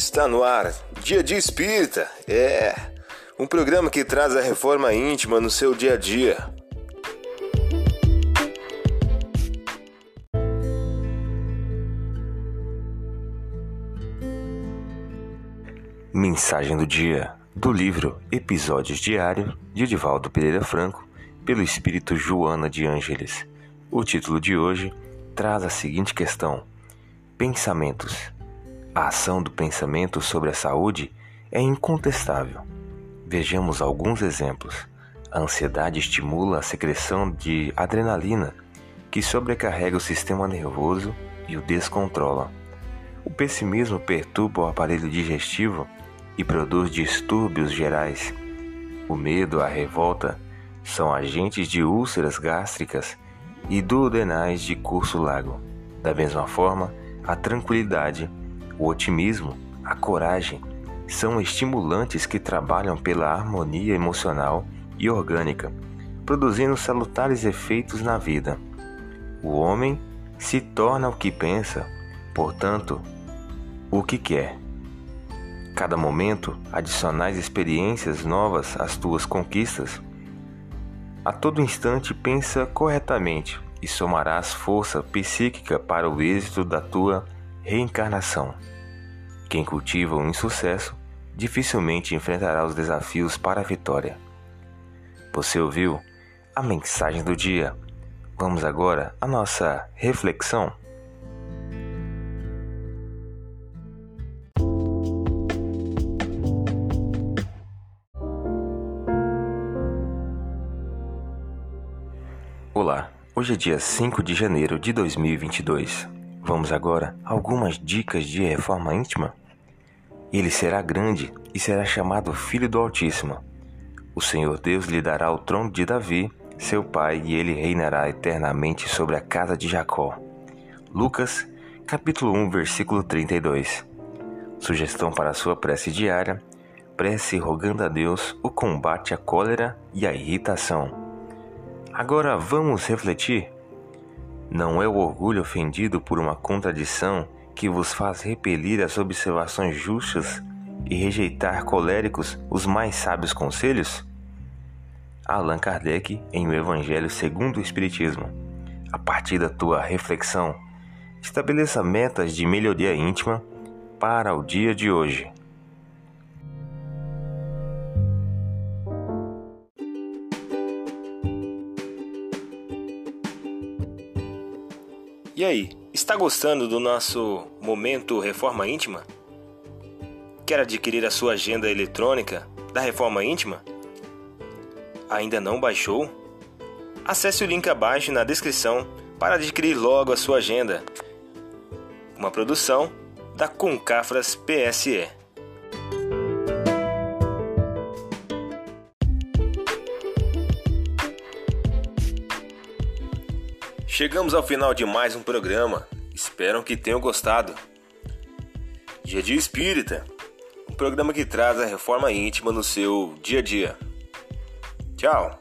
Está no ar, Dia de Espírita, um programa que traz a reforma íntima no seu dia a dia. Mensagem do dia, do livro Episódios Diários, de Divaldo Pereira Franco, pelo Espírito Joana de Ângeles. O título de hoje traz a seguinte questão: Pensamentos. A ação do pensamento sobre a saúde é incontestável. Vejamos alguns exemplos. A ansiedade estimula a secreção de adrenalina, que sobrecarrega o sistema nervoso e o descontrola. O pessimismo perturba o aparelho digestivo e produz distúrbios gerais. O medo, a revolta, são agentes de úlceras gástricas e duodenais de curso largo. Da mesma forma, a tranquilidade, o otimismo, a coragem, são estimulantes que trabalham pela harmonia emocional e orgânica, produzindo salutares efeitos na vida. O homem se torna o que pensa, portanto, o que quer. Cada momento, adicionais experiências novas às tuas conquistas. A todo instante pensa corretamente e somarás força psíquica para o êxito da tua reencarnação. Quem cultiva o insucesso dificilmente enfrentará os desafios para a vitória. Você ouviu a mensagem do dia? Vamos agora à nossa reflexão. Olá, hoje é dia 5 de janeiro de 2022. Vamos agora a algumas dicas de reforma íntima? Ele será grande e será chamado Filho do Altíssimo. O Senhor Deus lhe dará o trono de Davi, seu pai, e ele reinará eternamente sobre a casa de Jacó. Lucas, capítulo 1, versículo 32. Sugestão para a sua prece diária: prece rogando a Deus o combate à cólera e à irritação. Agora vamos refletir. Não é o orgulho ofendido por uma contradição que vos faz repelir as observações justas e rejeitar coléricos os mais sábios conselhos? Allan Kardec, em O Evangelho segundo o Espiritismo. A partir da tua reflexão, estabeleça metas de melhoria íntima para o dia de hoje. E aí, está gostando do nosso momento Reforma Íntima? Quer adquirir a sua agenda eletrônica da Reforma Íntima? Ainda não baixou? Acesse o link abaixo na descrição para adquirir logo a sua agenda. Uma produção da Concafras PSE. Chegamos ao final de mais um programa. Espero que tenham gostado. Dia de Espírita, um programa que traz a reforma íntima no seu dia a dia. Tchau!